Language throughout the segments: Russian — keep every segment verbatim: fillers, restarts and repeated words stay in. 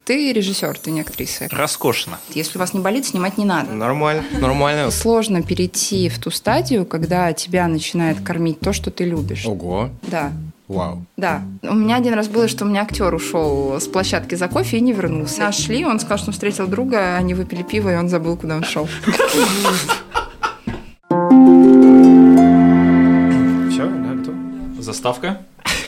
Ты режиссер, ты не актриса. Роскошно. Если у вас не болит, снимать не надо. Нормально, нормально. Сложно перейти в ту стадию, когда тебя начинает кормить то, что ты любишь. Ого. Да. Вау. Да. У меня один раз было, что у меня актер ушел с площадки за кофе и не вернулся. Нашли, он сказал, что он встретил друга, они выпили пиво, и он забыл, куда он шел. Все, да, готов? Заставка.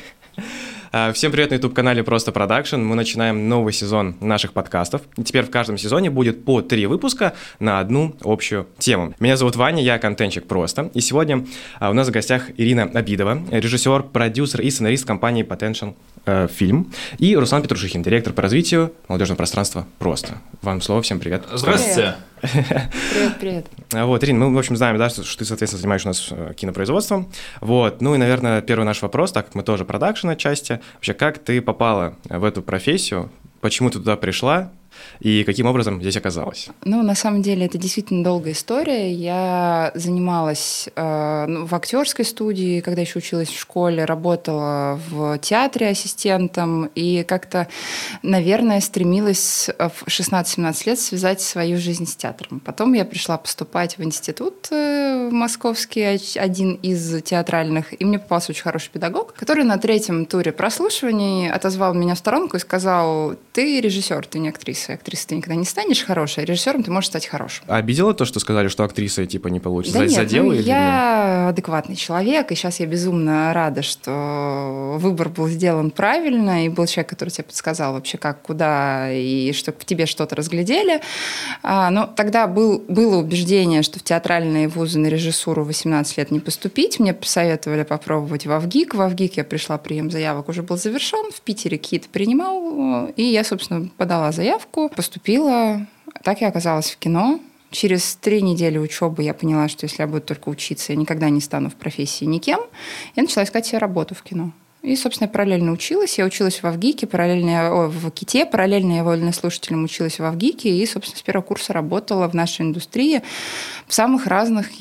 Всем привет на YouTube-канале «Просто Продакшн». Мы начинаем новый сезон наших подкастов. И теперь в каждом сезоне будет по три выпуска на одну общую тему. Меня зовут Ваня, я контентчик «Просто». И сегодня у нас в гостях Ирина Обидова, режиссер, продюсер и сценарист компании Potential э, Film. И Руслан Петрушихин, директор по развитию молодежного пространства «Просто». Вам слово, всем привет. Здравствуйте. Привет, привет. Вот, Ирина, мы, в общем, знаем, да, что, что ты, соответственно, занимаешься у нас кинопроизводством. Вот, ну и, наверное, первый наш вопрос, так как мы тоже продакшн отчасти. Вообще, как ты попала в эту профессию, почему ты туда пришла и каким образом здесь оказалась? Ну, на самом деле, это действительно долгая история. Я занималась э, ну, в актерской студии, когда еще училась в школе, работала в театре ассистентом и как-то, наверное, стремилась в шестнадцать-семнадцать лет связать свою жизнь с театром. Потом я пришла поступать в институт э, московский, один из театральных, и мне попался очень хороший педагог, который на третьем туре прослушиваний отозвал меня в сторонку и сказал: ты режиссер, ты не актриса. Актрисой ты никогда не станешь хорошей, а режиссером ты можешь стать хорошим. А обидело то, что сказали, что актрисой типа не получится? Да нет, Задело, ну, или я нет? адекватный человек, и сейчас я безумно рада, что выбор был сделан правильно, и был человек, который тебе подсказал вообще как, куда, и чтобы в тебе что-то разглядели. А, но тогда был, было убеждение, что в театральные вузы на режиссуру в восемнадцать лет не поступить. Мне посоветовали попробовать в ВГИК. В ВГИК я пришла, прием заявок уже был завершен, в Питере КИТ принимал, и я, собственно, подала заявку. Поступила, так я оказалась в кино. Через три недели учебы я поняла, что если я буду только учиться, я никогда не стану в профессии никем. Я начала искать себе работу в кино. И, собственно, я параллельно училась. Я училась в ВГИКе, параллельно о, в КИТе, параллельно я вольнослушателем училась в ВГИКе и, собственно, с первого курса работала в нашей индустрии в самых разных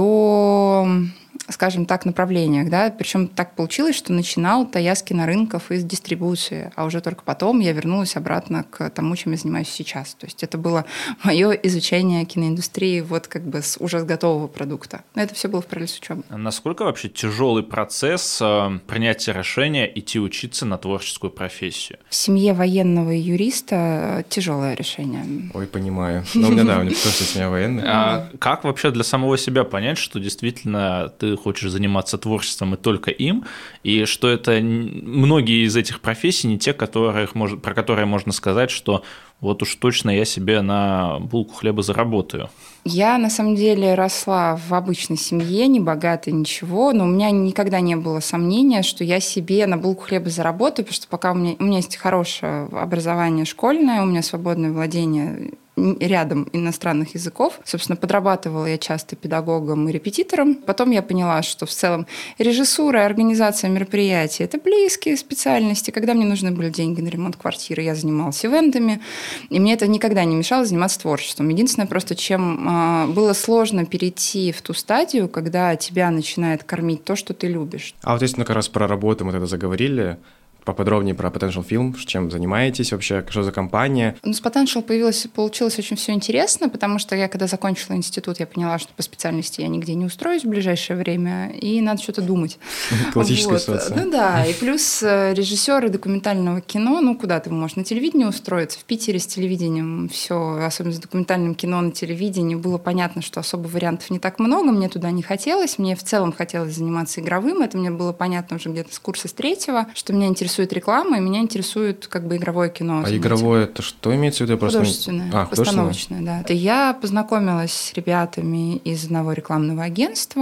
ее, скажем так, направлениях. Да? Причем так получилось, что начинал-то я с кинорынков и с дистрибуции, а уже только потом я вернулась обратно к тому, чем я занимаюсь сейчас. То есть это было мое изучение киноиндустрии вот как бы с уже с готового продукта. Но это все было в параллель с учебой. Насколько вообще тяжелый процесс э, принятия решения идти учиться на творческую профессию? В семье военного и юриста тяжелое решение. Ой, понимаю. Ну, у меня, да, у меня тоже семья военная. А как вообще для самого себя понять, что действительно ты хочешь заниматься творчеством и только им, и что это многие из этих профессий не те, которых, про которые можно сказать, что вот уж точно я себе на булку хлеба заработаю? Я, на самом деле, росла в обычной семье, не богатой, ничего, но у меня никогда не было сомнения, что я себе на булку хлеба заработаю, потому что пока у меня, у меня есть хорошее образование школьное, у меня свободное владение рядом иностранных языков. Собственно, подрабатывала я часто педагогом и репетитором. Потом я поняла, что в целом режиссура и организация мероприятий – это близкие специальности. Когда мне нужны были деньги на ремонт квартиры, я занималась ивентами, и мне это никогда не мешало заниматься творчеством. Единственное, просто чем э, было сложно перейти в ту стадию, когда тебя начинает кормить то, что ты любишь. А вот если ну, как раз про работу мы тогда заговорили, поподробнее про Potential Film, чем занимаетесь вообще, что за компания? Ну, с Potential появилось, получилось очень все интересно, потому что я, когда закончила институт, я поняла, что по специальности я нигде не устроюсь в ближайшее время, и надо что-то думать. Классическая вот. ситуация. Ну да, и плюс режиссеры документального кино, ну куда ты можешь на телевидении устроиться? В Питере с телевидением все, особенно с документальным кино на телевидении, было понятно, что особо вариантов не так много, мне туда не хотелось, мне в целом хотелось заниматься игровым, это мне было понятно уже где-то с курса с третьего, что меня интересует реклама, и меня интересует как бы игровое кино. А игровое это что имеется в виду? Художественное, а, постановочное, да. Это я познакомилась с ребятами из одного рекламного агентства,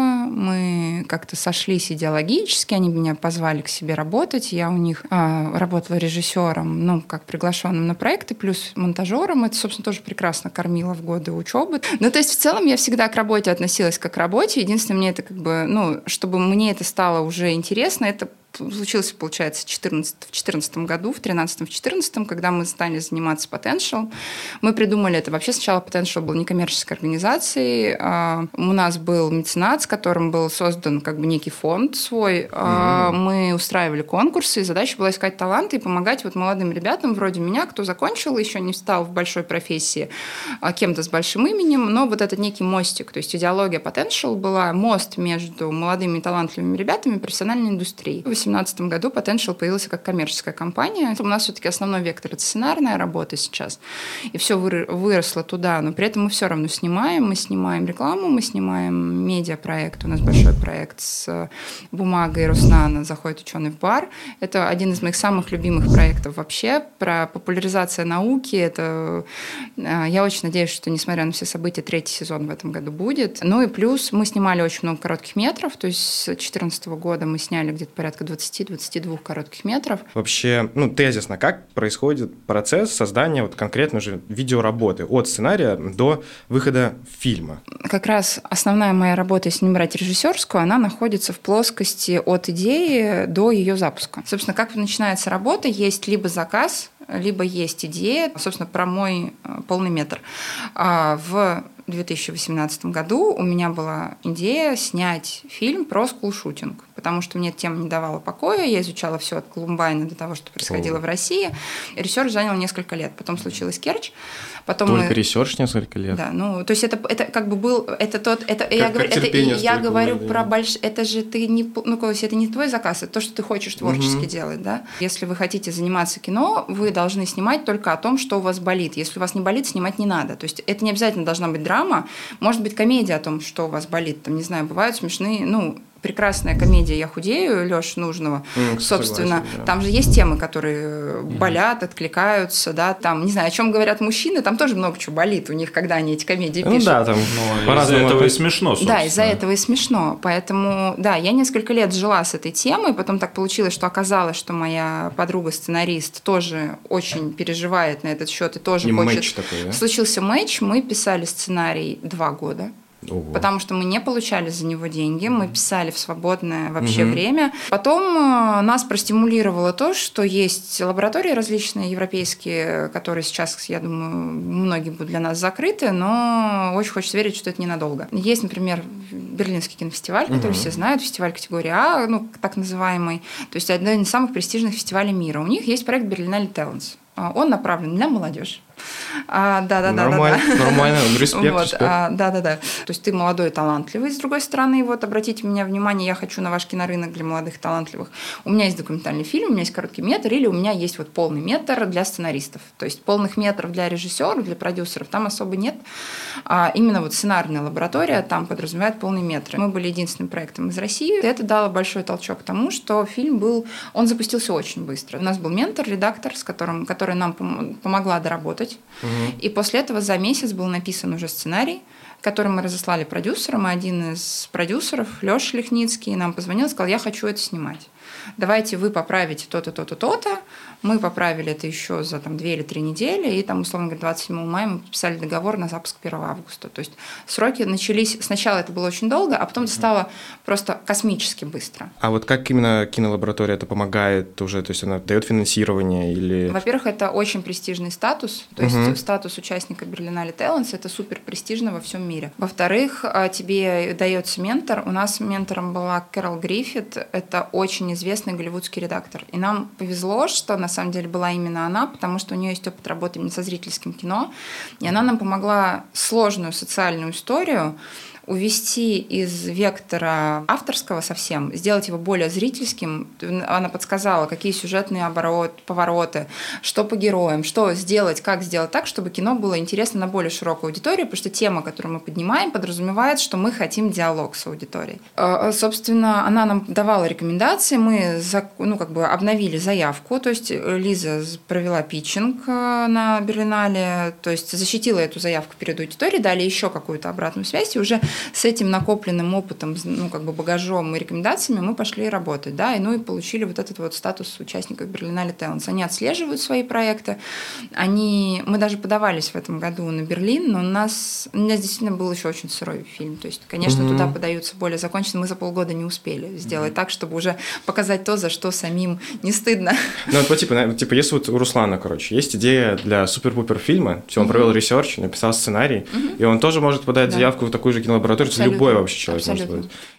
мы как-то сошлись идеологически, они меня позвали к себе работать, я у них а, работала режиссером, ну, как приглашенным на проекты, плюс монтажером, это, собственно, тоже прекрасно кормило в годы учебы. Ну, то есть, в целом, я всегда к работе относилась как к работе, единственное, мне это как бы, ну, чтобы мне это стало уже интересно, это случился, получается, в две тысячи четырнадцатом году, в тринадцатом-четырнадцатом, когда мы стали заниматься Potential. Мы придумали это. Вообще сначала Potential был некоммерческой организацией. У нас был меценат, с которым был создан как бы некий фонд свой. Mm-hmm. Мы устраивали конкурсы, и задача была искать таланты и помогать вот молодым ребятам вроде меня, кто закончил, еще не стал в большой профессии, кем-то с большим именем, но вот этот некий мостик. То есть идеология Potential была мост между молодыми и талантливыми ребятами и профессиональной индустрией. В две тысячи восемнадцатом году Potential появился как коммерческая компания. У нас все-таки основной вектор – это сценарная работа сейчас. И все выросло туда, но при этом мы все равно снимаем. Мы снимаем рекламу, мы снимаем медиапроект. У нас большой проект с бумагой Роснано «Заходит ученый в бар». Это один из моих самых любимых проектов вообще. Про популяризацию науки. Это... Я очень надеюсь, что, несмотря на все события, третий сезон в этом году будет. Ну и плюс мы снимали очень много коротких метров. То есть с две тысячи четырнадцатого года мы сняли где-то порядка двадцать-двадцать два коротких метров. Вообще, ну, тезисно, как происходит процесс создания вот конкретно уже видеоработы от сценария до выхода фильма? Как раз основная моя работа, если не брать режиссерскую, она находится в плоскости от идеи до ее запуска. Собственно, как начинается работа, есть либо заказ, либо есть идея, собственно, про мой полный метр. В две тысячи восемнадцатом году у меня была идея снять фильм про скулшутинг, потому что мне эта тема не давала покоя, я изучала все от Колумбайна до того, что происходило О. в России. Ресерч занял несколько лет, потом случилась Керчь. Потом Только мы... ресерч несколько лет? Да, ну, то есть это, это как бы был, это тот, это, как, я, как это, я говорю было, про больш... это же ты не, ну, это не твой заказ, это то, что ты хочешь творчески угу. делать, да. Если вы хотите заниматься кино, вы должны снимать только о том, что у вас болит. Если у вас не болит, снимать не надо. То есть это не обязательно должна быть драма, может быть комедия о том, что у вас болит. Там, не знаю, бывают смешные, ну, прекрасная комедия «Я худею» Лёши Нужного. Mm, собственно, согласен, да. Там же есть темы, которые mm. болят, откликаются, да, там, не знаю, о чем говорят мужчины, там тоже много чего болит у них, когда они эти комедии пишут. Ну да, там ну, из-за этого и смешно, собственно. Да, из-за этого и смешно. Поэтому, да, я несколько лет жила с этой темой, потом так получилось, что оказалось, что моя подруга-сценарист тоже очень переживает на этот счет и тоже и хочет... Матч такой, да? Случился матч, мы писали сценарий два года. Ого. Потому что мы не получали за него деньги, мы писали в свободное вообще угу. время. Потом э, нас простимулировало то, что есть лаборатории различные европейские, которые сейчас, я думаю, многие будут для нас закрыты, но очень хочется верить, что это ненадолго. Есть, например, Берлинский кинофестиваль, угу. который все знают, фестиваль категории А, ну, так называемый, то есть один из самых престижных фестивалей мира. У них есть проект Berlinale Talents. Он направлен для молодежи. А, да, да, нормально, да, да, нормально, респект, вот, респект. А, да, да, да. То есть ты молодой и талантливый, с другой стороны, вот обратите меня внимание, я хочу на ваш кинорынок для молодых и талантливых. У меня есть документальный фильм, у меня есть короткий метр, или у меня есть вот полный метр для сценаристов. То есть полных метров для режиссеров, для продюсеров там особо нет. А именно вот сценарная лаборатория там подразумевает полный метр. Мы были единственным проектом из России. Это дало большой толчок к тому, что фильм был, он запустился очень быстро. У нас был ментор, редактор, с которым, который нам помогла доработать. Угу. И после этого за месяц был написан уже сценарий, который мы разослали продюсерам. И один из продюсеров, Лёша Лихницкий, нам позвонил и сказал: я хочу это снимать. Давайте вы поправите то-то, то-то, то-то. Мы поправили это еще за там, две или три недели, и там, условно говоря, двадцать седьмого мая мы подписали договор на запуск первого августа. То есть сроки начались... Сначала это было очень долго, а потом это стало просто космически быстро. А вот как именно кинолаборатория это помогает уже? То есть она дает финансирование или... Во-первых, это очень престижный статус. То есть uh-huh. статус участника Berlinale Talents – это супер престижно во всем мире. Во-вторых, тебе дается ментор. У нас ментором была Кэрол Гриффит. Это очень известный голливудский редактор. И нам повезло, что на самом деле была именно она, потому что у нее есть опыт работы именно со зрительским кино. И она нам помогла сложную социальную историю увести из вектора авторского совсем, сделать его более зрительским. Она подсказала, какие сюжетные обороты, повороты, что по героям, что сделать, как сделать так, чтобы кино было интересно на более широкую аудиторию, потому что тема, которую мы поднимаем, подразумевает, что мы хотим диалог с аудиторией. Собственно, она нам давала рекомендации, мы ну, как бы обновили заявку, то есть Лиза провела питчинг на Берлинале, то есть защитила эту заявку перед аудиторией, дали еще какую-то обратную связь, и уже с этим накопленным опытом, ну, как бы багажом и рекомендациями мы пошли работать, да, и, ну, и получили вот этот вот статус участников Berlinale Talents. Они отслеживают свои проекты, они... Мы даже подавались в этом году на Берлин, но у нас, у нас действительно был еще очень сырой фильм, то есть, конечно, mm-hmm. туда подаются более законченные, мы за полгода не успели сделать mm-hmm. так, чтобы уже показать то, за что самим не стыдно. Ну, вот, типа, типа, если вот у Руслана, короче, есть идея для супер-пупер фильма, он mm-hmm. провел ресерч, написал сценарий, mm-hmm. и он тоже может подать да. заявку в такую же кинолабораторию, что любой вообще человек Абсолютно. может подать.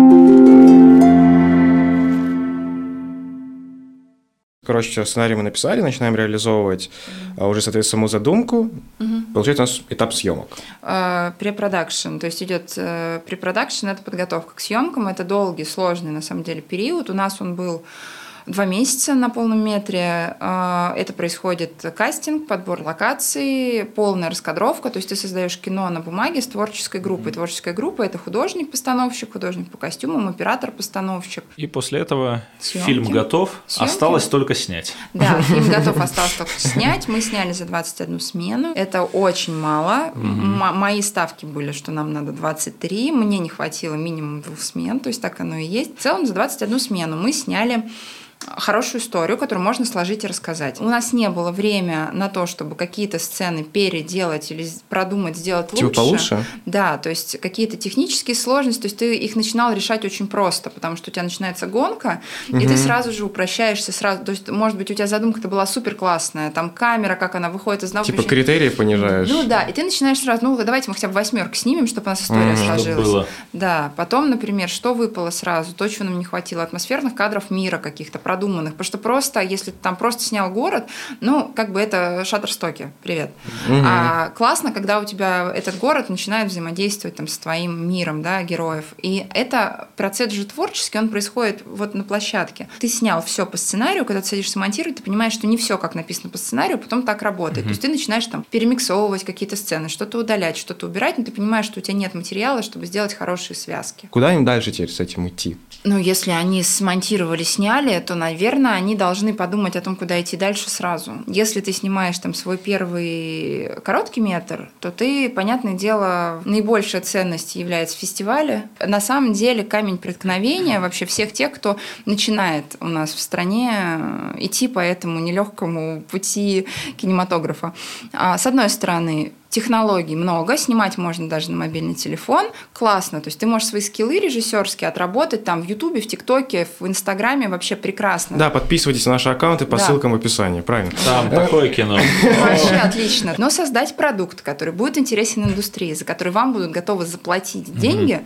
Короче, все, сценарий мы написали, начинаем реализовывать mm-hmm. уже, соответственно, саму задумку. Mm-hmm. Получается у нас этап съемок. Препродакшн, то есть идет препродакшн, это подготовка к съемкам, это долгий, сложный на самом деле период. У нас он был два месяца на полном метре. Это происходит кастинг, подбор локаций, полная раскадровка. То есть ты создаешь кино на бумаге с творческой группой. Mm-hmm. Творческая группа – это художник-постановщик, художник по костюмам, оператор-постановщик. И после этого съемки. Фильм готов, съемки. Осталось только снять. Да, фильм готов, осталось только снять. Мы сняли за двадцать одну смену. Это очень мало. Mm-hmm. М- мои ставки были, что нам надо двадцать три. Мне не хватило минимум двух смен. То есть так оно и есть. В целом за двадцать одну смену мы сняли хорошую историю, которую можно сложить и рассказать. У нас не было времени на то, чтобы какие-то сцены переделать или продумать, сделать лучше. Типа получше? Да, то есть какие-то технические сложности, то есть ты их начинал решать очень просто, потому что у тебя начинается гонка, угу. и ты сразу же упрощаешься, сразу, то есть, может быть, у тебя задумка-то была супер классная, там камера, как она выходит из одного Типа помещения. Критерии понижаешь. Ну да, и ты начинаешь сразу, ну давайте мы хотя бы восьмерку снимем, чтобы у нас история mm, сложилась. Было. Да, потом, например, что выпало сразу, то, чего нам не хватило, атмосферных кадров мира каких-то, продуманных, потому что просто, если ты там просто снял город, ну, как бы это Шаттерстоки, привет. Угу. А классно, когда у тебя этот город начинает взаимодействовать там с твоим миром, да, героев. И это процесс же творческий, он происходит вот на площадке. Ты снял все по сценарию, когда ты садишься монтировать, ты понимаешь, что не все как написано по сценарию, потом так работает. Угу. То есть ты начинаешь там перемиксовывать какие-то сцены, что-то удалять, что-то убирать, но ты понимаешь, что у тебя нет материала, чтобы сделать хорошие связки. Куда им дальше теперь с этим идти? Ну, если они смонтировали, сняли, то, наверное, они должны подумать о том, куда идти дальше сразу. Если ты снимаешь там свой первый короткий метр, то ты, понятное дело, наибольшая ценность является фестиваля. На самом деле камень преткновения вообще всех тех, кто начинает у нас в стране идти по этому нелегкому пути кинематографа. С одной стороны, технологий много, снимать можно даже на мобильный телефон. Классно. То есть ты можешь свои скиллы режиссерские отработать там в Ютубе, в ТикТоке, в Инстаграме. Вообще прекрасно. Да, подписывайтесь на наши аккаунты по да. ссылкам в описании. Правильно. Там такое кино. Вообще отлично. Но создать продукт, который будет интересен индустрии, за который вам будут готовы заплатить деньги,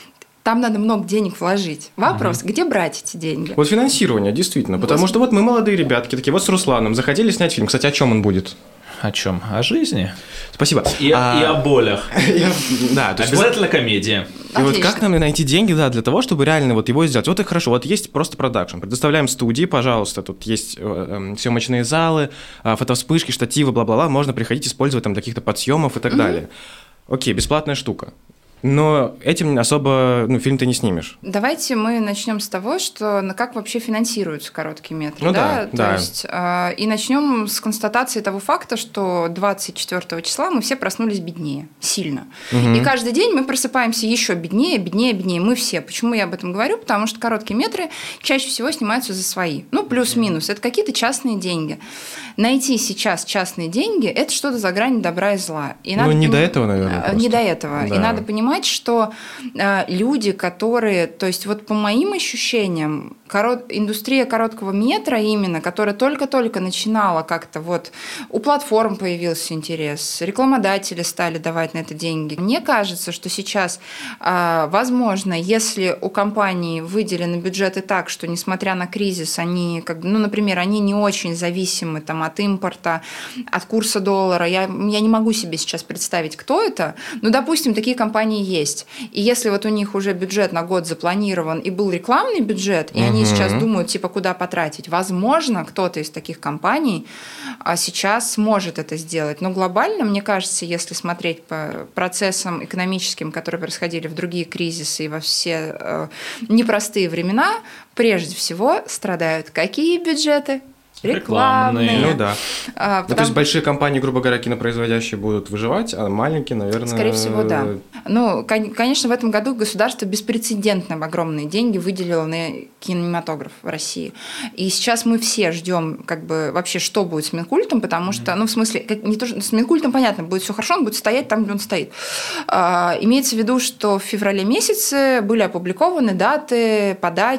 там надо много денег вложить. Вопрос, угу. где брать эти деньги? Вот финансирование, действительно. Вот. Потому что вот мы молодые ребятки, такие вот с Русланом, захотели снять фильм. Кстати, о чем он будет? О чем? О жизни. Спасибо. И, а... и о болях. Да, то есть обязательно комедия. И вот как нам найти деньги, да, для того, чтобы реально вот его сделать? Вот и хорошо, вот есть просто продакшн. Предоставляем студии, пожалуйста, тут есть э, съемочные залы, э, фотовспышки, штативы, бла-бла-бла. Можно приходить, использовать там каких-то подсъемов и так далее. Окей, бесплатная штука. Но этим особо ну, фильм ты не снимешь. Давайте мы начнем с того, что ну, как вообще финансируются короткие метры. Ну да, да, То да. Есть, э, и начнем с констатации того факта, что двадцать четвёртого числа мы все проснулись беднее, сильно. Угу. И каждый день мы просыпаемся еще беднее, беднее, беднее. Мы все. Почему я об этом говорю? Потому что короткие метры чаще всего снимаются за свои. Ну, плюс-минус. Это какие-то частные деньги. Найти сейчас частные деньги – это что-то за гранью добра и зла. И ну, надо не пон... до этого, наверное. Просто. Не до этого. Да. И надо понимать, что э, люди, которые… То есть вот по моим ощущениям, корот... индустрия короткого метра именно, которая только-только начинала как-то вот… У платформ появился интерес, рекламодатели стали давать на это деньги. Мне кажется, что сейчас, э, возможно, если у компании выделены бюджеты так, что несмотря на кризис, они, как, ну, например, они не очень зависимы там, от импорта, от курса доллара. Я, я не могу себе сейчас представить, кто это, но, допустим, такие компании есть. И если вот у них уже бюджет на год запланирован и был рекламный бюджет, и угу. они сейчас думают, типа, куда потратить, возможно, кто-то из таких компаний сейчас сможет это сделать. Но глобально, мне кажется, если смотреть по процессам экономическим, которые происходили в другие кризисы и во все э, непростые времена, прежде всего страдают какие бюджеты? рекламные. Ну да. А, ну, потому... То есть большие компании, грубо говоря, кинопроизводящие будут выживать, а маленькие, наверное... Скорее всего, да. Ну, конечно, в этом году государство беспрецедентно огромные деньги выделило на кинематограф в России. И сейчас мы все ждем, как бы, вообще, что будет с Минкультом, потому что, ну, в смысле, как, не то, что с Минкультом, понятно, будет все хорошо, он будет стоять там, где он стоит. А, имеется в виду, что в феврале месяце были опубликованы даты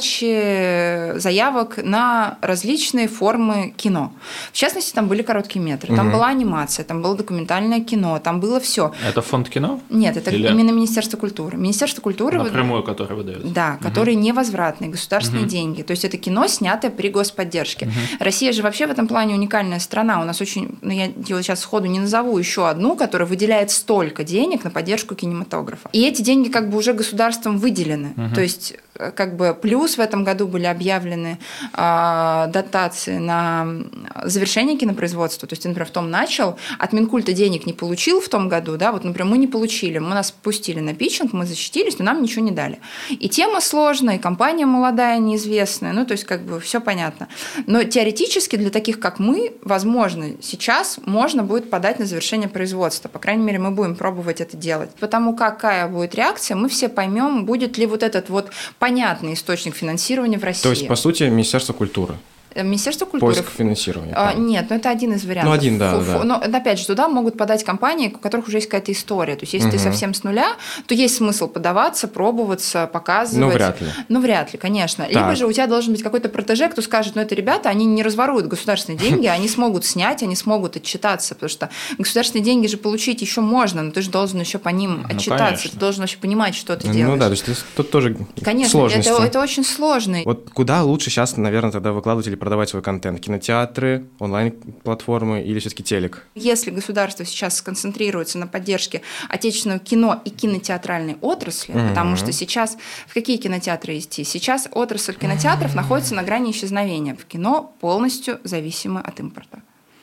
подачи заявок на различные формы кино. В частности, там были короткие метры, там угу. была анимация, там было документальное кино, там было все. Это фонд кино? Нет, это Или... именно Министерство культуры. Министерство культуры... Напрямую, которое выдает. Да, угу. которые невозвратные, государственные угу. деньги. То есть это кино, снятое при господдержке. Угу. Россия же вообще в этом плане уникальная страна. У нас очень... Ну, я его сейчас сходу не назову еще одну, которая выделяет столько денег на поддержку кинематографа. И эти деньги как бы уже государством выделены. Угу. То есть как бы плюс в этом году были объявлены э, дотации на завершение кинопроизводства. То есть, например, в том начал, от Минкульта денег не получил в том году, да, вот, например, мы не получили, мы нас пустили на питчинг, мы защитились, но нам ничего не дали. И тема сложная, и компания молодая, неизвестная, ну, то есть, как бы, все понятно. Но теоретически для таких, как мы, возможно, сейчас можно будет подать на завершение производства. По крайней мере, мы будем пробовать это делать. Потому какая будет реакция, мы все поймем, будет ли вот этот вот понятный источник финансирования в России. То есть, по сути, Министерство культуры. Министерство культуры. Поиск финансирования. А, нет, но это один из вариантов. Ну, один, да, Фу, да. Но, опять же, туда могут подать компании, у которых уже есть какая-то история. То есть, если угу. ты совсем с нуля, то есть смысл подаваться, пробоваться, показывать. Ну, вряд ли. Ну, вряд ли, конечно. Так. Либо же у тебя должен быть какой-то протеже, кто скажет, ну, это ребята, они не разворуют государственные деньги, они смогут снять, они смогут отчитаться, потому что государственные деньги же получить еще можно, но ты же должен еще по ним отчитаться, ты должен вообще понимать, что ты делаешь. Ну, да, то есть тут тоже конечно, сложности. Конечно, это, это очень сложно. Вот куда лучше сейчас, наверное, тогда выкладывать или продавать свой контент? Кинотеатры, онлайн-платформы или все-таки телек? Если государство сейчас сконцентрируется на поддержке отечественного кино и кинотеатральной отрасли, mm-hmm. потому что сейчас в какие кинотеатры идти? Сейчас отрасль кинотеатров mm-hmm. находится на грани исчезновения. В кино полностью зависимы от импорта.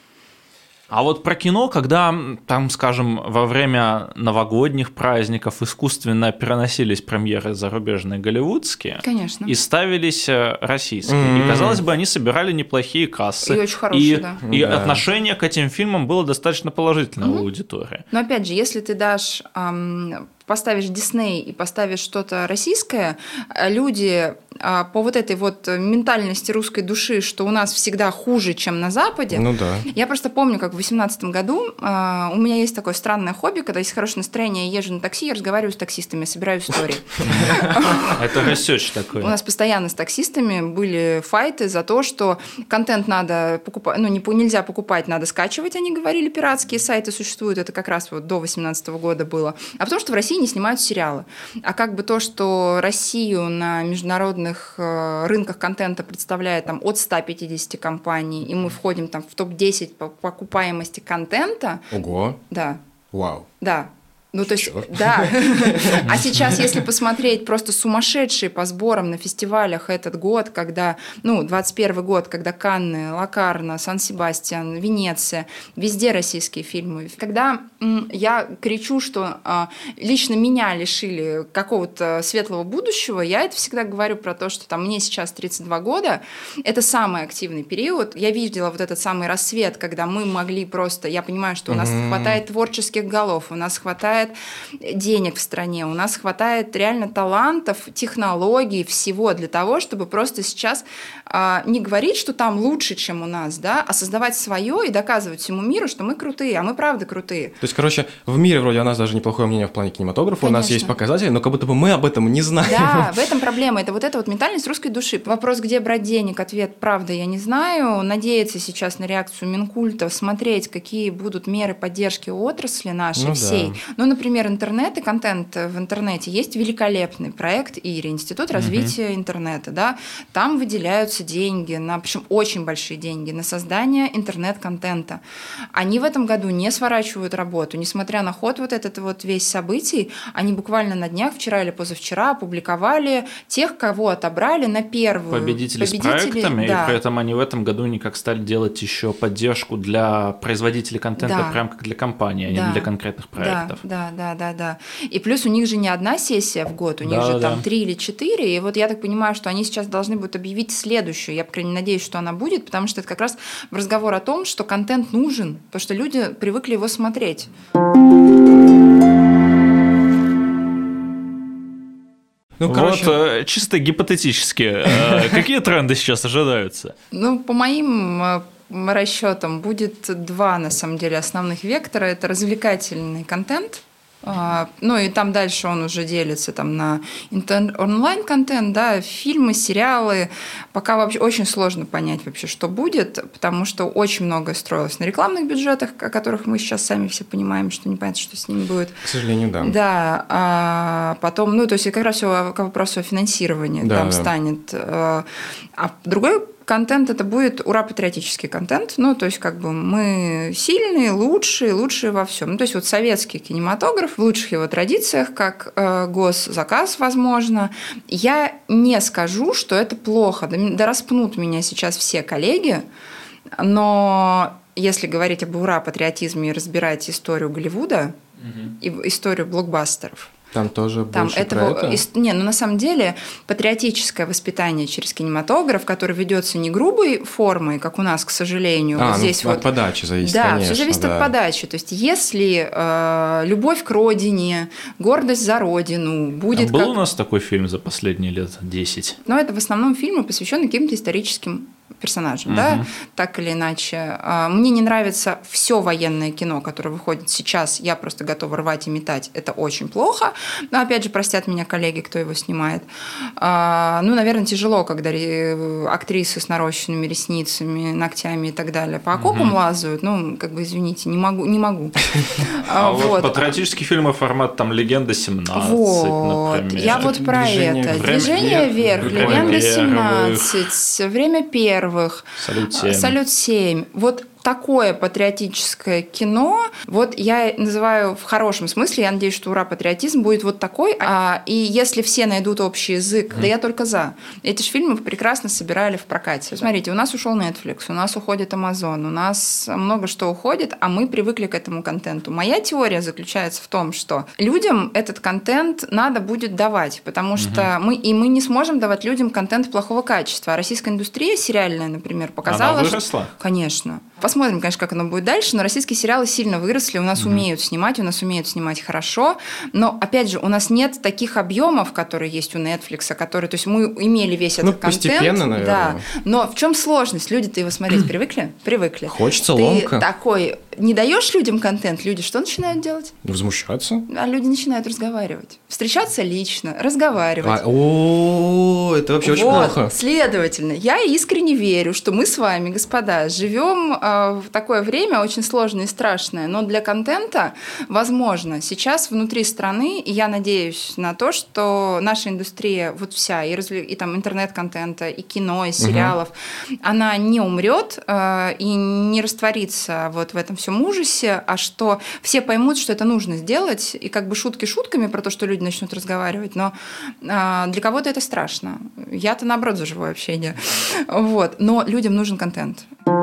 А вот про кино, когда, там, скажем, во время новогодних праздников искусственно переносились премьеры зарубежные голливудские, конечно. И ставились российские. Mm-hmm. И, казалось бы, они собирали неплохие кассы. И очень хорошие, и, да. И да. отношение к этим фильмам было достаточно положительное mm-hmm. у аудитории. Но, опять же, если ты дашь... Эм... поставишь Дисней и поставишь что-то российское, люди по вот этой вот ментальности русской души, что у нас всегда хуже, чем на Западе. Ну да. Я просто помню, как в восемнадцатом году у меня есть такое странное хобби, когда есть хорошее настроение, я езжу на такси, я разговариваю с таксистами, собираю истории. Это ресерч такой. У нас постоянно с таксистами были файты за то, что контент надо покупать, ну, нельзя покупать, надо скачивать, они говорили, пиратские сайты существуют, это как раз вот до восемнадцатого года было. А потому что в России не снимают сериалы. А как бы то, что Россию на международных рынках контента представляет там, от ста пятидесяти компаний, и мы входим там, в топ десять по покупаемости контента. Ого! Да. Вау! Да. Ну, то есть, да. А сейчас, если посмотреть просто сумасшедшие по сборам на фестивалях этот год, когда, ну, двадцать первый год, когда Канны, Локарно, Сан-Себастьян, Венеция, везде российские фильмы. Когда м, я кричу, что а, лично меня лишили какого-то светлого будущего, я это всегда говорю про то, что там мне сейчас тридцать два года, это самый активный период. Я видела вот этот самый рассвет, когда мы могли просто, я понимаю, что у нас mm-hmm. хватает творческих голов, у нас хватает денег в стране, у нас хватает реально талантов, технологий, всего для того, чтобы просто сейчас а, не говорить, что там лучше, чем у нас, да, а создавать свое и доказывать всему миру, что мы крутые, а мы правда крутые. То есть, короче, в мире вроде у нас даже неплохое мнение в плане кинематографа, Конечно. У нас есть показатели, но как будто бы мы об этом не знаем. Да, в этом проблема, это вот эта вот ментальность русской души. Вопрос, где брать денег, ответ, правда, я не знаю. Надеяться сейчас на реакцию Минкульта, смотреть, какие будут меры поддержки отрасли нашей ну, всей. Да. Ну, например, интернет и контент в интернете. Есть великолепный проект ИРИ, Институт развития uh-huh. интернета. Да? Там выделяются деньги, на, причем очень большие деньги, на создание интернет-контента. Они в этом году не сворачивают работу. Несмотря на ход вот этот вот весь событий, они буквально на днях, вчера или позавчера, опубликовали тех, кого отобрали на первую. Победители, Победители с проектами, да. И при этом они в этом году никак стали делать еще поддержку для производителей контента, да. прям как для компаний, а да. не для конкретных проектов. Да, да, да, да, да. И плюс у них же не одна сессия в год, у них Да, же да. там три или четыре. И вот я так понимаю, что они сейчас должны будут объявить следующую. Я, по крайней мере, надеюсь, что она будет, потому что это как раз разговор о том, что контент нужен, потому что люди привыкли его смотреть. Ну, короче... Вот чисто гипотетически, какие тренды сейчас ожидаются? Ну, по моим расчетам, будет два, на самом деле, основных вектора. Это развлекательный контент. Ну, и там дальше он уже делится там, на онлайн-контент, да, фильмы, сериалы. Пока вообще очень сложно понять вообще, что будет, потому что очень многое строилось на рекламных бюджетах, о которых мы сейчас сами все понимаем, что непонятно, что с ними будет. К сожалению, да. Да, а потом, ну, то есть как раз все к вопросу о финансировании да, там да. станет. А другой контент это будет ура-патриотический контент, ну, то есть как бы мы сильные, лучшие, лучшие во всем. Ну, то есть вот советский кинематограф в лучших его традициях, как э, госзаказ, возможно. Я не скажу, что это плохо, да, да распнут меня сейчас все коллеги, но если говорить об ура-патриотизме и разбирать историю Голливуда угу. и историю блокбастеров, там тоже там больше это, про это? Ис, не, ну на самом деле патриотическое воспитание через кинематограф, которое ведется не грубой формой, как у нас, к сожалению, а, вот здесь ну, вот. От подачи зависит, да, конечно. все зависит да. от подачи. То есть если э, любовь к родине, гордость за родину будет. А был как... у нас такой фильм за последние лет десять? Но это в основном фильмы, посвященные каким-то историческим персонажем, угу. да, так или иначе. Мне не нравится все военное кино, которое выходит сейчас, я просто готова рвать и метать, это очень плохо, но, опять же, простят меня коллеги, кто его снимает. Ну, наверное, тяжело, когда актрисы с нарощенными ресницами, ногтями и так далее по окопам угу. лазают, ну, как бы, извините, не могу, не могу. А вот патриотические фильмы формат там «Легенда семнадцать», например. Я вот про это. «Движение вверх», «Легенда семнадцать», «Время первых», Салют семь. Салют семь. Вот такое патриотическое кино, вот я называю в хорошем смысле, я надеюсь, что ура-патриотизм будет вот такой, а, и если все найдут общий язык, mm. да я только за. Эти же фильмы прекрасно собирали в прокате. Смотрите, у нас ушел Netflix, у нас уходит Amazon, у нас много что уходит, а мы привыкли к этому контенту. Моя теория заключается в том, что людям этот контент надо будет давать, потому что mm-hmm. мы, и мы не сможем давать людям контент плохого качества. А российская индустрия сериальная, например, показала... Она выросла? Что... Конечно. Посмотрим, конечно, как оно будет дальше, но российские сериалы сильно выросли, у нас mm-hmm. умеют снимать, у нас умеют снимать хорошо, но, опять же, у нас нет таких объемов, которые есть у Netflix, которые, то есть мы имели весь этот ну, контент. постепенно, наверное. Да, но в чем сложность? Люди-то его смотреть привыкли? Привыкли. Хочется Ты ломка. такой, не даешь людям контент, люди что начинают делать? Возмущаться. А люди начинают разговаривать. Встречаться лично, разговаривать. А, о, это вообще вот, очень плохо. Следовательно, я искренне верю, что мы с вами, господа, живем в такое время очень сложное и страшное, но для контента, возможно, сейчас внутри страны, и я надеюсь на то, что наша индустрия, вот вся, и, разве... и там интернет-контента, и кино, и сериалов, угу. она не умрет э, и не растворится вот в этом всем ужасе, а что все поймут, что это нужно сделать, и как бы шутки шутками про то, что люди начнут разговаривать, но э, для кого-то это страшно. Я-то, наоборот, за живое общение. Вот. Но людям нужен контент.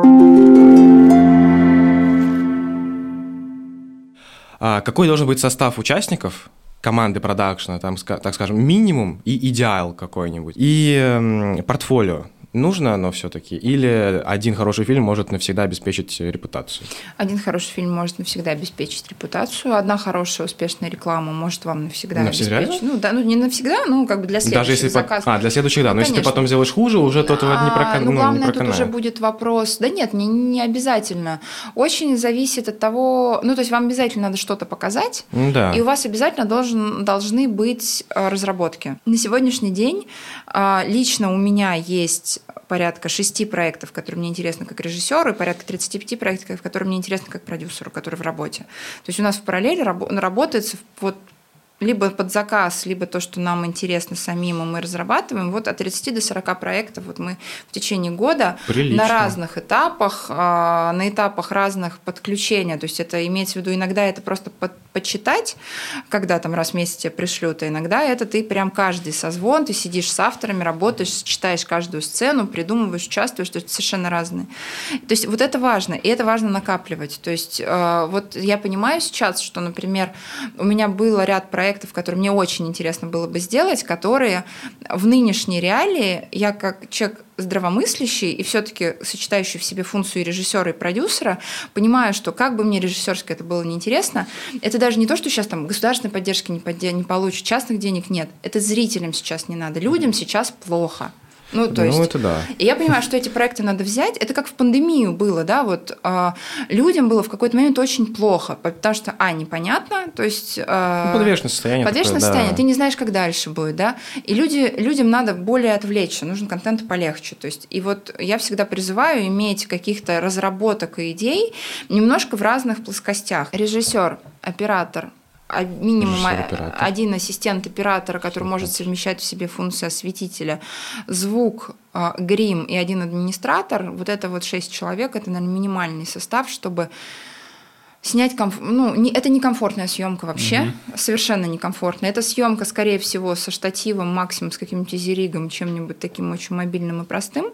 А какой должен быть состав участников команды продакшена, там, так скажем, минимум и идеал какой-нибудь, и э, портфолио? Нужно оно все-таки? Или один хороший фильм может навсегда обеспечить репутацию? Один хороший фильм может навсегда обеспечить репутацию. Одна хорошая успешная реклама может вам навсегда навсегда? обеспечить. Ну, да, ну, не навсегда, ну, как бы для следующих Даже если заказов. По... А, для следующих, да. Но конечно. если ты потом сделаешь хуже, уже то этого а, не проканает. Ну, главное, ну, тут уже будет вопрос... Да нет, не, не обязательно. Очень зависит от того... Ну, то есть вам обязательно надо что-то показать, да. и у вас обязательно должен, должны быть разработки. На сегодняшний день лично у меня есть порядка шести проектов, которые мне интересны как режиссеру, и порядка тридцати пяти проектов, которые мне интересны как продюсеру, которые в работе. То есть у нас в параллели раб- работается вот либо под заказ, либо то, что нам интересно самим, и мы разрабатываем, вот от тридцати до сорока проектов вот мы в течение года Прилично. На разных этапах, на этапах разных подключения, то есть это имеется в виду, иногда это просто под, почитать, когда там раз в месяц тебе пришлют, а иногда это ты прям каждый созвон, ты сидишь с авторами, работаешь, читаешь каждую сцену, придумываешь, участвуешь, то есть совершенно разные. То есть вот это важно, и это важно накапливать. То есть вот я понимаю сейчас, что, например, у меня было ряд проектов, которые мне очень интересно было бы сделать, которые в нынешней реалии я как человек здравомыслящий и все-таки сочетающий в себе функцию режиссера и продюсера, понимаю, что как бы мне режиссерски это было неинтересно, это даже не то, что сейчас там государственной поддержки не, подде- не получат, частных денег нет. Это зрителям сейчас не надо, людям сейчас плохо. Ну, то ну, есть, это да. И я понимаю, что эти проекты надо взять. Это как в пандемию было, да, вот э, людям было в какой-то момент очень плохо, потому что, а, непонятно, то есть… Э, ну, подвешенное состояние. Подвешенное такое, состояние, да. ты не знаешь, как дальше будет, да, и люди, людям надо более отвлечься, нужен контент полегче, то есть, и вот я всегда призываю иметь каких-то разработок и идей немножко в разных плоскостях. Режиссер, оператор, минимум один ассистент оператора, который может совмещать в себе функции осветителя, звук, грим и один администратор, вот это вот шесть человек, это, наверное, минимальный состав, чтобы снять комф... ну, не, это некомфортная съемка вообще, mm-hmm. совершенно некомфортная. Это съемка, скорее всего, со штативом, максимум с каким-нибудь изеригом, чем-нибудь таким очень мобильным и простым.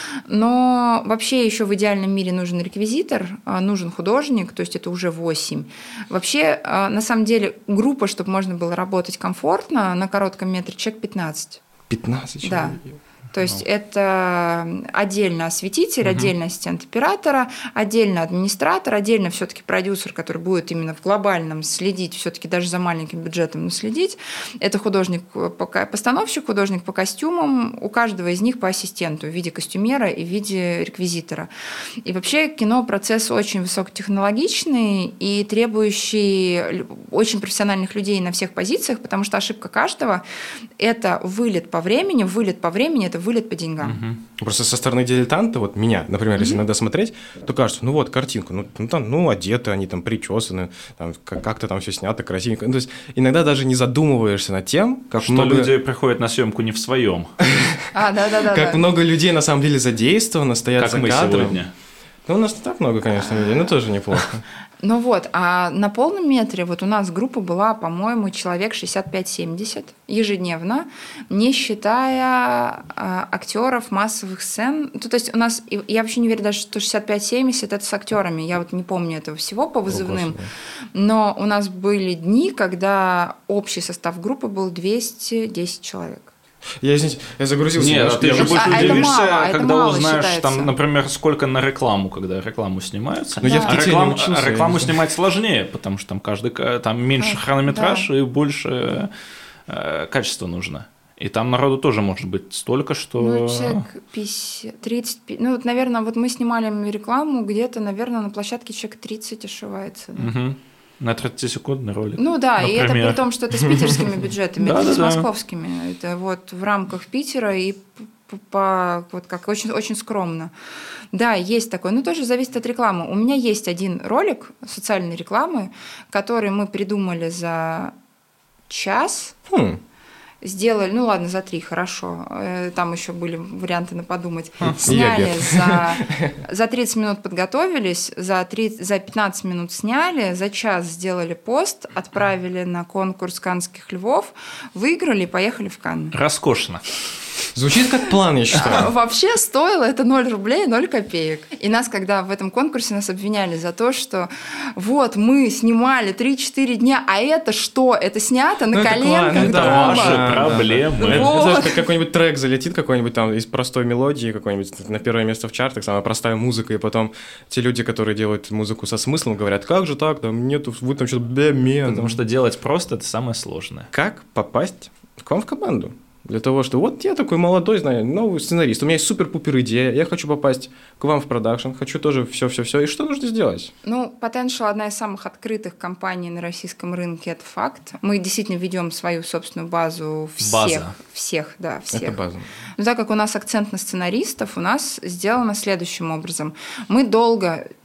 Но вообще еще в идеальном мире нужен реквизитор, нужен художник, то есть это уже восемь. Вообще, на самом деле, группа, чтобы можно было работать комфортно, на коротком метре человек пятнадцать. пятнадцать да. человек. То есть это отдельно осветитель, угу. отдельно ассистент оператора, отдельно администратор, отдельно все-таки продюсер, который будет именно в глобальном следить, все-таки даже за маленьким бюджетом, но следить. Это художник, постановщик, художник по костюмам, у каждого из них по ассистенту в виде костюмера и в виде реквизитора. И вообще кино процесс очень высокотехнологичный и требующий очень профессиональных людей на всех позициях, потому что ошибка каждого – это вылет по времени, вылет по времени – это вылет по деньгам. Угу. Просто со стороны дилетанта, вот меня, например, угу. если иногда смотреть, то кажется, ну вот картинка, ну, ну там, ну одеты они там, причесаны, там, как-то там все снято красивенько. Ну, то есть иногда даже не задумываешься над тем, как что много… люди приходят на съемку не в своем. А, да-да-да. Как много людей на самом деле задействовано, стоят за кадром. Как мы сегодня. Ну, у нас не так много, конечно, людей, но тоже неплохо. Ну вот, а на полном метре вот у нас группа была, по-моему, человек шестьдесят пять семьдесят ежедневно, не считая а, актеров массовых сцен. Ну, то есть у нас, я вообще не верю даже, что шестьдесят пять семьдесят это с актерами, я вот не помню этого всего по вызывным, О, но у нас были дни, когда общий состав группы был двести десять человек. Я, извините, я загрузился. Нет, я, ты я же будешь а удивишься, когда узнаешь, считается. там, например, сколько на рекламу, когда рекламу снимаются. Но да. я в а реклам, учился, рекламу снимать сложнее, потому что там каждый там меньше хронометраж да. и больше э, качества нужно. И там народу тоже может быть столько, что… Ну, человек пятьдесят, тридцать, ну, вот, наверное, вот мы снимали рекламу, где-то, наверное, на площадке человек тридцать ошивается. Да. Угу. На тридцатисекундный ролик. Ну да, например. И это при том, что это с питерскими бюджетами, это не с московскими. Это вот в рамках Питера и по, вот как очень, очень скромно. Да, есть такое. Но тоже зависит от рекламы. У меня есть один ролик социальной рекламы, который мы придумали за час. Хм. Сделали, ну ладно, за три, хорошо. Там еще были варианты на подумать. Сняли за, за тридцать минут подготовились, за, тридцать, за пятнадцать минут сняли, за час сделали пост, отправили на конкурс «Каннских львов», выиграли и поехали в Канны. Роскошно. Звучит как план, я считаю. Вообще стоило это ноль рублей, ноль копеек. И нас, когда в этом конкурсе нас обвиняли за то, что вот мы снимали три-четыре дня, а это что? Это снято на ну, коленках это дома. Ваши проблемы. Вот. Это какой-нибудь трек залетит, какой-нибудь там из простой мелодии, какой-нибудь на первое место в чартах, самая простая музыка, и потом те люди, которые делают музыку со смыслом, говорят, как же так, там нету, вы там что-то бе-мен. Потому что делать просто – это самое сложное. Как попасть к вам в команду? Для того, что вот я такой молодой, знаю, новый сценарист, у меня есть супер-пупер идея, я хочу попасть к вам в продакшн, хочу тоже все-все-все. И что нужно сделать? Ну, Potential одна из самых открытых компаний на российском рынке, это факт. Мы действительно ведем свою собственную базу всех. База. Всех, да, всех. Это база. Но так как у нас акцент на сценаристов, у нас сделано следующим образом. Мы долго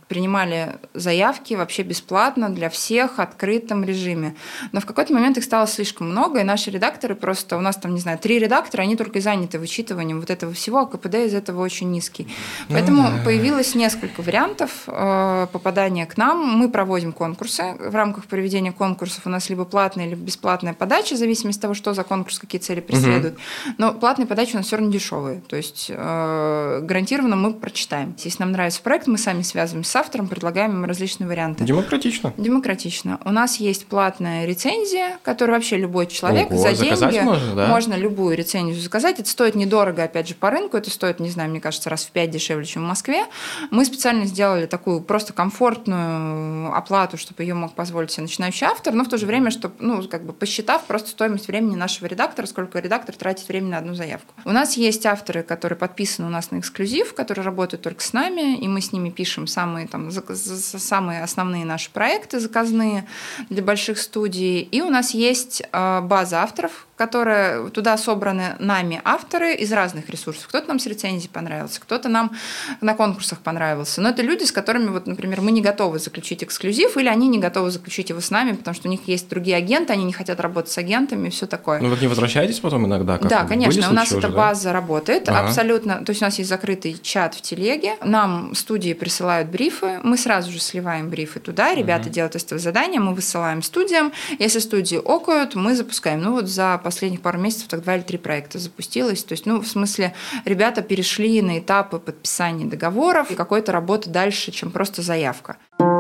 принимали заявки вообще бесплатно для всех в открытом режиме. Но в какой-то момент их стало слишком много, и наши редакторы просто... У нас там, не знаю, три редактора, они только и заняты вычитыванием вот этого всего, а КПД из этого очень низкий. Поэтому mm-hmm. появилось несколько вариантов э, попадания к нам. Мы проводим конкурсы. В рамках проведения конкурсов у нас либо платная, либо бесплатная подача, в зависимости от того, что за конкурс, какие цели преследует. Mm-hmm. Но платные подачи у нас все равно дешевые. То есть э, гарантированно мы прочитаем. Если нам нравится проект, мы сами связываемся с автором, предлагаем им различные варианты. Демократично. Демократично. У нас есть платная рецензия, которую вообще любой человек Ого, за деньги можно, да? можно любую рецензию заказать. Это стоит недорого, опять же, по рынку. Это стоит, не знаю, мне кажется, раз в пять дешевле, чем в Москве. Мы специально сделали такую просто комфортную оплату, чтобы ее мог позволить себе начинающий автор, но в то же время, чтобы, ну, как бы посчитав просто стоимость времени нашего редактора, сколько редактор тратит времени на одну заявку. У нас есть авторы, которые подписаны у нас на эксклюзив, которые работают только с нами, и мы с ними пишем самые, там, самые основные наши проекты заказные для больших студий. И у нас есть база авторов, которые туда собраны нами авторы из разных ресурсов. Кто-то нам с рецензией понравился, кто-то нам на конкурсах понравился. Но это люди, с которыми, вот, например, мы не готовы заключить эксклюзив, или они не готовы заключить его с нами, потому что у них есть другие агенты, они не хотят работать с агентами и все такое. Ну, вы к ним возвращаетесь потом иногда? Да, конечно. У нас эта уже, база да? работает Ага. абсолютно. То есть у нас есть закрытый чат в телеге. Нам студии присылают брифы, мы сразу же сливаем брифы туда, ребята ага. делают тестовые задания, мы высылаем студиям. Если студии окают, мы запускаем. Ну вот за последних пару месяцев так два или три проекта запустилось. То есть, ну, в смысле, ребята перешли на этапы подписания договоров и какой-то работы дальше, чем просто заявка.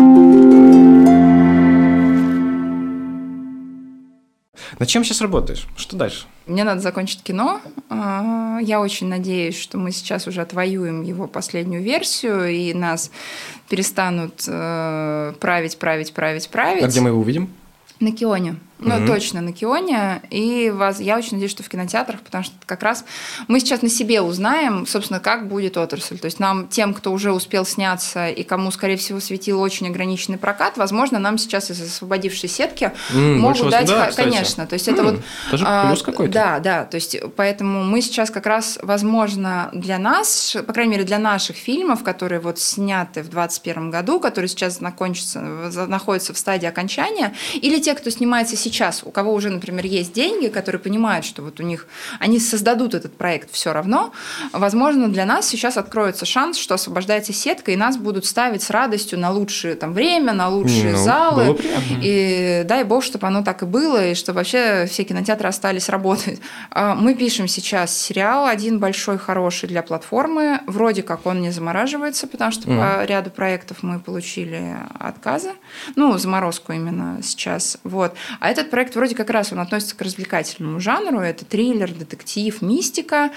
Над чем сейчас работаешь? Что дальше? Мне надо закончить кино. Я очень надеюсь, что мы сейчас уже отвоюем его последнюю версию, и нас перестанут править, править, править, править. А где мы его увидим? На Кионе. Ну, Mm-hmm. точно, на Кионе. И вас, я очень надеюсь, что в кинотеатрах, потому что как раз мы сейчас на себе узнаем, собственно, как будет отрасль. То есть нам, тем, кто уже успел сняться и кому, скорее всего, светил очень ограниченный прокат, возможно, нам сейчас из освободившей сетки mm, могут дать... Да, конечно. То есть mm, это вот... Тоже плюс какой-то. Да, да. То есть поэтому мы сейчас как раз, возможно, для нас, по крайней мере, для наших фильмов, которые вот сняты в двадцать первом году, которые сейчас находятся в стадии окончания, или те, кто снимается сейчас, сейчас, у кого уже, например, есть деньги, которые понимают, что вот у них, они создадут этот проект все равно, возможно, для нас сейчас откроется шанс, что освобождается сетка, и нас будут ставить с радостью на лучшее там время, на лучшие ну, залы. И дай бог, чтобы оно так и было, и чтобы вообще все кинотеатры остались работать. Мы пишем сейчас сериал, один большой, хороший для платформы. Вроде как он не замораживается, потому что mm. по ряду проектов мы получили отказы. Ну, заморозку именно сейчас. Вот. А этот проект вроде как раз он относится к развлекательному жанру. Это триллер, детектив, мистика.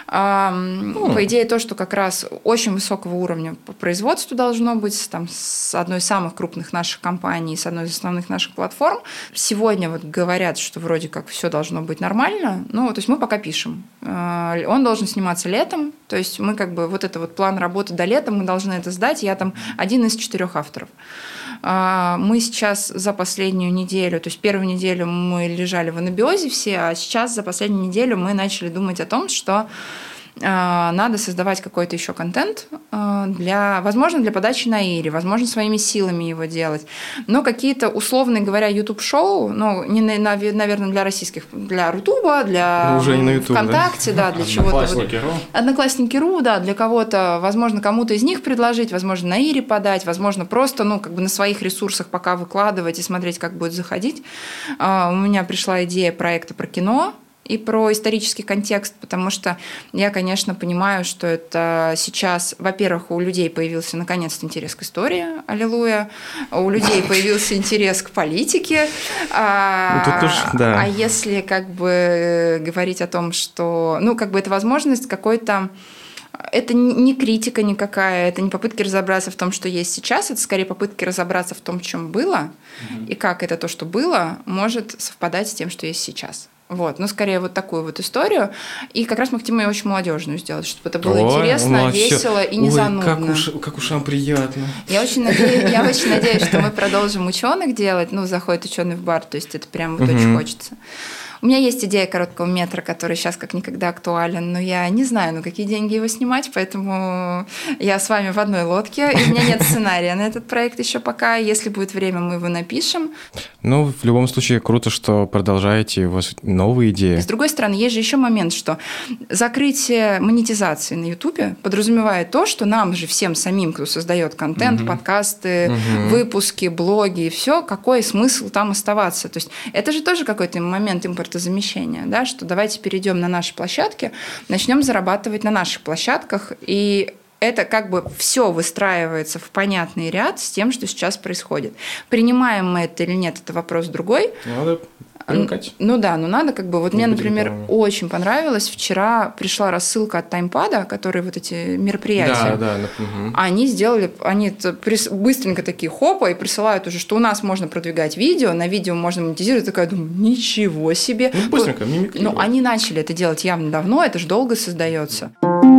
Mm. По идее, то, что как раз очень высокого уровня по производству должно быть, там, с одной из самых крупных наших компаний, с одной из основных наших платформ. Сегодня вот говорят, что вроде как все должно быть нормально. Ну, то есть мы пока пишем. Он должен сниматься летом. То есть мы как бы вот это вот план работы до лета, мы должны это сдать. Я там один из четырех авторов. Мы сейчас за последнюю неделю, то есть первую неделю мы лежали в анабиозе все, а сейчас за последнюю неделю мы начали думать о том, что надо создавать какой-то еще контент, для, возможно, для подачи на Ире, возможно, своими силами его делать. Но какие-то, условно говоря, YouTube-шоу, ну, не, наверное, для российских, для Рутуба, для ну, уже не на YouTube, ВКонтакте, да, да для чего-то. Одноклассники.ру. Одноклассники.ру, да, для кого-то, возможно, кому-то из них предложить, возможно, на Ире подать, возможно, просто, ну, как бы на своих ресурсах пока выкладывать и смотреть, как будет заходить. У меня пришла идея проекта про кино, и про исторический контекст, потому что я, конечно, понимаю, что это сейчас, во-первых, у людей появился наконец-то интерес к истории, аллилуйя, у людей появился интерес к политике, а, Тут уж, да. а если как бы говорить о том, что, ну, как бы это возможность какой-то. Это не критика никакая, это не попытки разобраться в том, что есть сейчас, это скорее попытки разобраться в том, в чем было, mm-hmm. и как это то, что было, может совпадать с тем, что есть сейчас. Вот, ну, скорее, вот такую вот историю. И как раз мы хотим ее очень молодежную сделать, чтобы это было Ой, интересно, ну, весело и не Ой, занудно. Как, уж, как ушам приятно. Я очень, надеюсь, я очень надеюсь, что мы продолжим ученых делать. Ну, заходит ученый в бар, то есть это прям вот угу. очень хочется. У меня есть идея короткого метра, который сейчас как никогда актуален, но я не знаю, на какие деньги его снимать, поэтому я с вами в одной лодке, и у меня нет сценария на этот проект еще пока. Если будет время, мы его напишем. Ну, в любом случае, круто, что продолжаете, у вас новые идеи. С другой стороны, есть же еще момент, что закрытие монетизации на Ютубе подразумевает то, что нам же всем самим, кто создает контент, угу. подкасты, угу. выпуски, блоги и все, какой смысл там оставаться. То есть это же тоже какой-то момент импортозамещения, да, что давайте перейдем на наши площадки, начнем зарабатывать на наших площадках, и это как бы все выстраивается в понятный ряд с тем, что сейчас происходит. Принимаем мы это или нет, это вопрос другой. Надо привыкать. Ну да, ну надо как бы... Вот мне, например, очень понравилось. Вчера пришла рассылка от Таймпада, которые вот эти мероприятия. Да, да. Угу. Они сделали... Они быстренько такие хопа и присылают уже, что у нас можно продвигать видео, на видео можно монетизировать. Я такая думаю, ничего себе. Ну быстренько, мимикрируют. Ну они начали это делать явно давно, это же долго создается.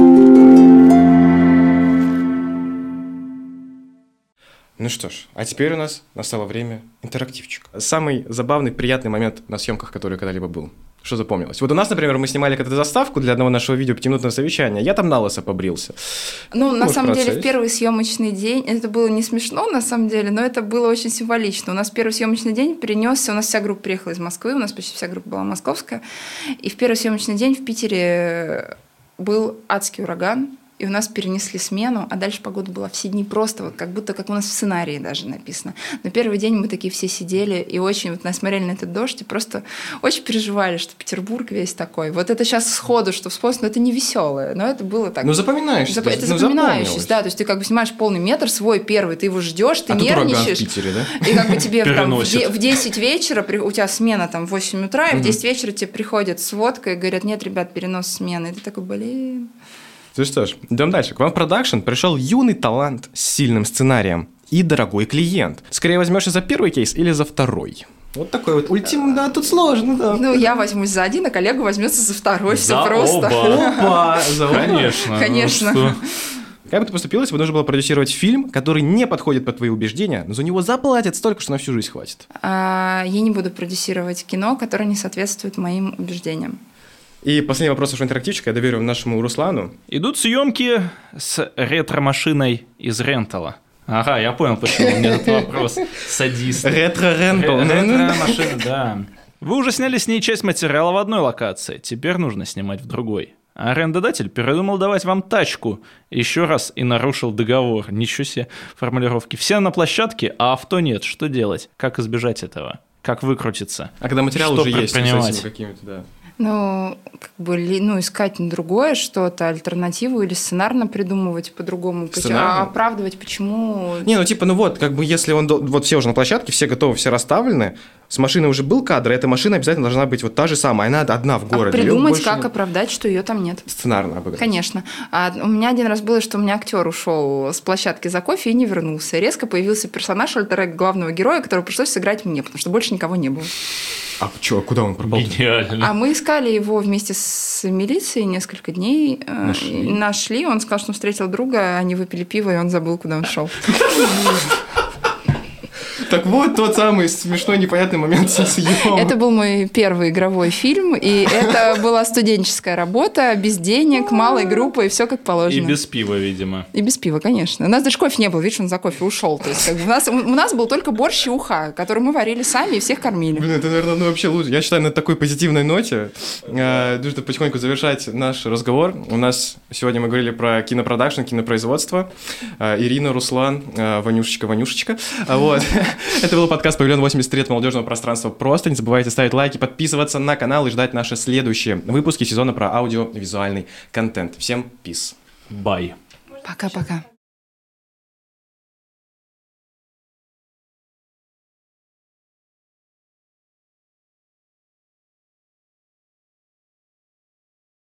Ну что ж, а теперь у нас настало время интерактивчик. Самый забавный, приятный момент на съемках, который когда-либо был. Что запомнилось? Вот у нас, например, мы снимали когда-то заставку для одного нашего видео «Пятиминутное совещание». Я там на лысо побрился. Ну, на Можешь самом деле, процесс. в первый съемочный день, это было не смешно, на самом деле, но это было очень символично. У нас первый съемочный день перенесся, у нас вся группа приехала из Москвы, у нас почти вся группа была московская, и в первый съемочный день в Питере был адский ураган, и у нас перенесли смену, а дальше погода была все дни просто, вот как будто как у нас в сценарии даже написано. На первый день мы такие все сидели и очень вот смотрели на этот дождь и просто очень переживали, что Петербург весь такой. Вот это сейчас сходу, что вспомнить, но это не веселое, но это было так. Ну запоминаешься. Зап... Это ну, запоминающееся, да, то есть ты как бы снимаешь полный метр, свой первый, ты его ждешь, ты а нервничаешь. Тут ураган в Питере, да? И как бы тебе там, в, де- в десять вечера, у тебя смена там в восемь утра, и в десять вечера тебе приходят с водкой и говорят, нет, ребят, перенос смены. И ты такой, блин... Ну что ж, идем дальше. К вам в продакшн пришел юный талант с сильным сценарием и дорогой клиент. Скорее возьмешься за первый кейс или за второй? Вот такой вот ультим, да, тут сложно, да. Ну, я возьмусь за один, а коллега возьмется за второй, за все просто. Оба! За оба. Конечно. Конечно. Ну, как бы ты поступила, если бы нужно было продюсировать фильм, который не подходит под твои убеждения, но за него заплатят столько, что на всю жизнь хватит? А, я не буду продюсировать кино, которое не соответствует моим убеждениям. И последний вопрос уже интерактивчика, я доверю нашему Руслану. Идут съемки с ретро-машиной из рентала. Ага, я понял, почему у меня этот вопрос. Садист. Ретро-рентал. Ретро-машина, да. Вы уже сняли с ней часть материала в одной локации, теперь нужно снимать в другой. А арендодатель передумал давать вам тачку еще раз и нарушил договор. Ничего себе формулировки. Все на площадке, а авто нет. Что делать? Как избежать этого? Как выкрутиться? А когда материал Что уже есть, с предпринимать? этими какими-то, да. Ну, как бы, ну, искать на другое что-то, альтернативу или сценарно придумывать по-другому. А оправдывать почему... Не, ну типа, ну вот, как бы если он... Вот все уже на площадке, все готовы, все расставлены, с машиной уже был кадр, и эта машина обязательно должна быть вот та же самая, она одна в городе. А придумать, больше... как оправдать, что ее там нет. Сценарно обыграть. Конечно. А у меня один раз было, что у меня актер ушел с площадки за кофе и не вернулся. Резко появился персонаж альтер-эго главного героя, которого пришлось сыграть мне, потому что больше никого не было. А что, куда он пропал? Гениально. А мы искали его вместе с милицией несколько дней. Нашли. Нашли. Он сказал, что он встретил друга, они выпили пиво, и он забыл, куда он шел. Так вот тот самый смешной непонятный момент со съемок. Это был мой первый игровой фильм, и это была студенческая работа, без денег, малой группы, и все как положено. И без пива, видимо. И без пива, конечно. У нас даже кофе не было, видишь, он за кофе ушел. То есть, как бы, у, нас, у нас был только борщ и уха, который мы варили сами и всех кормили. Блин, это, наверное, ну, вообще лучше. Я считаю, на такой позитивной ноте э, нужно потихоньку завершать наш разговор. У нас сегодня мы говорили про кинопродакшн, кинопроизводство. Э, Ирина, Руслан, э, Ванюшечка, Ванюшечка. Вот. Это был подкаст «Павильон восемьдесят три» от молодежного пространства «Просто». Не забывайте ставить лайки, подписываться на канал и ждать наши следующие выпуски сезона про аудиовизуальный контент. Всем peace. Bye. Пока-пока.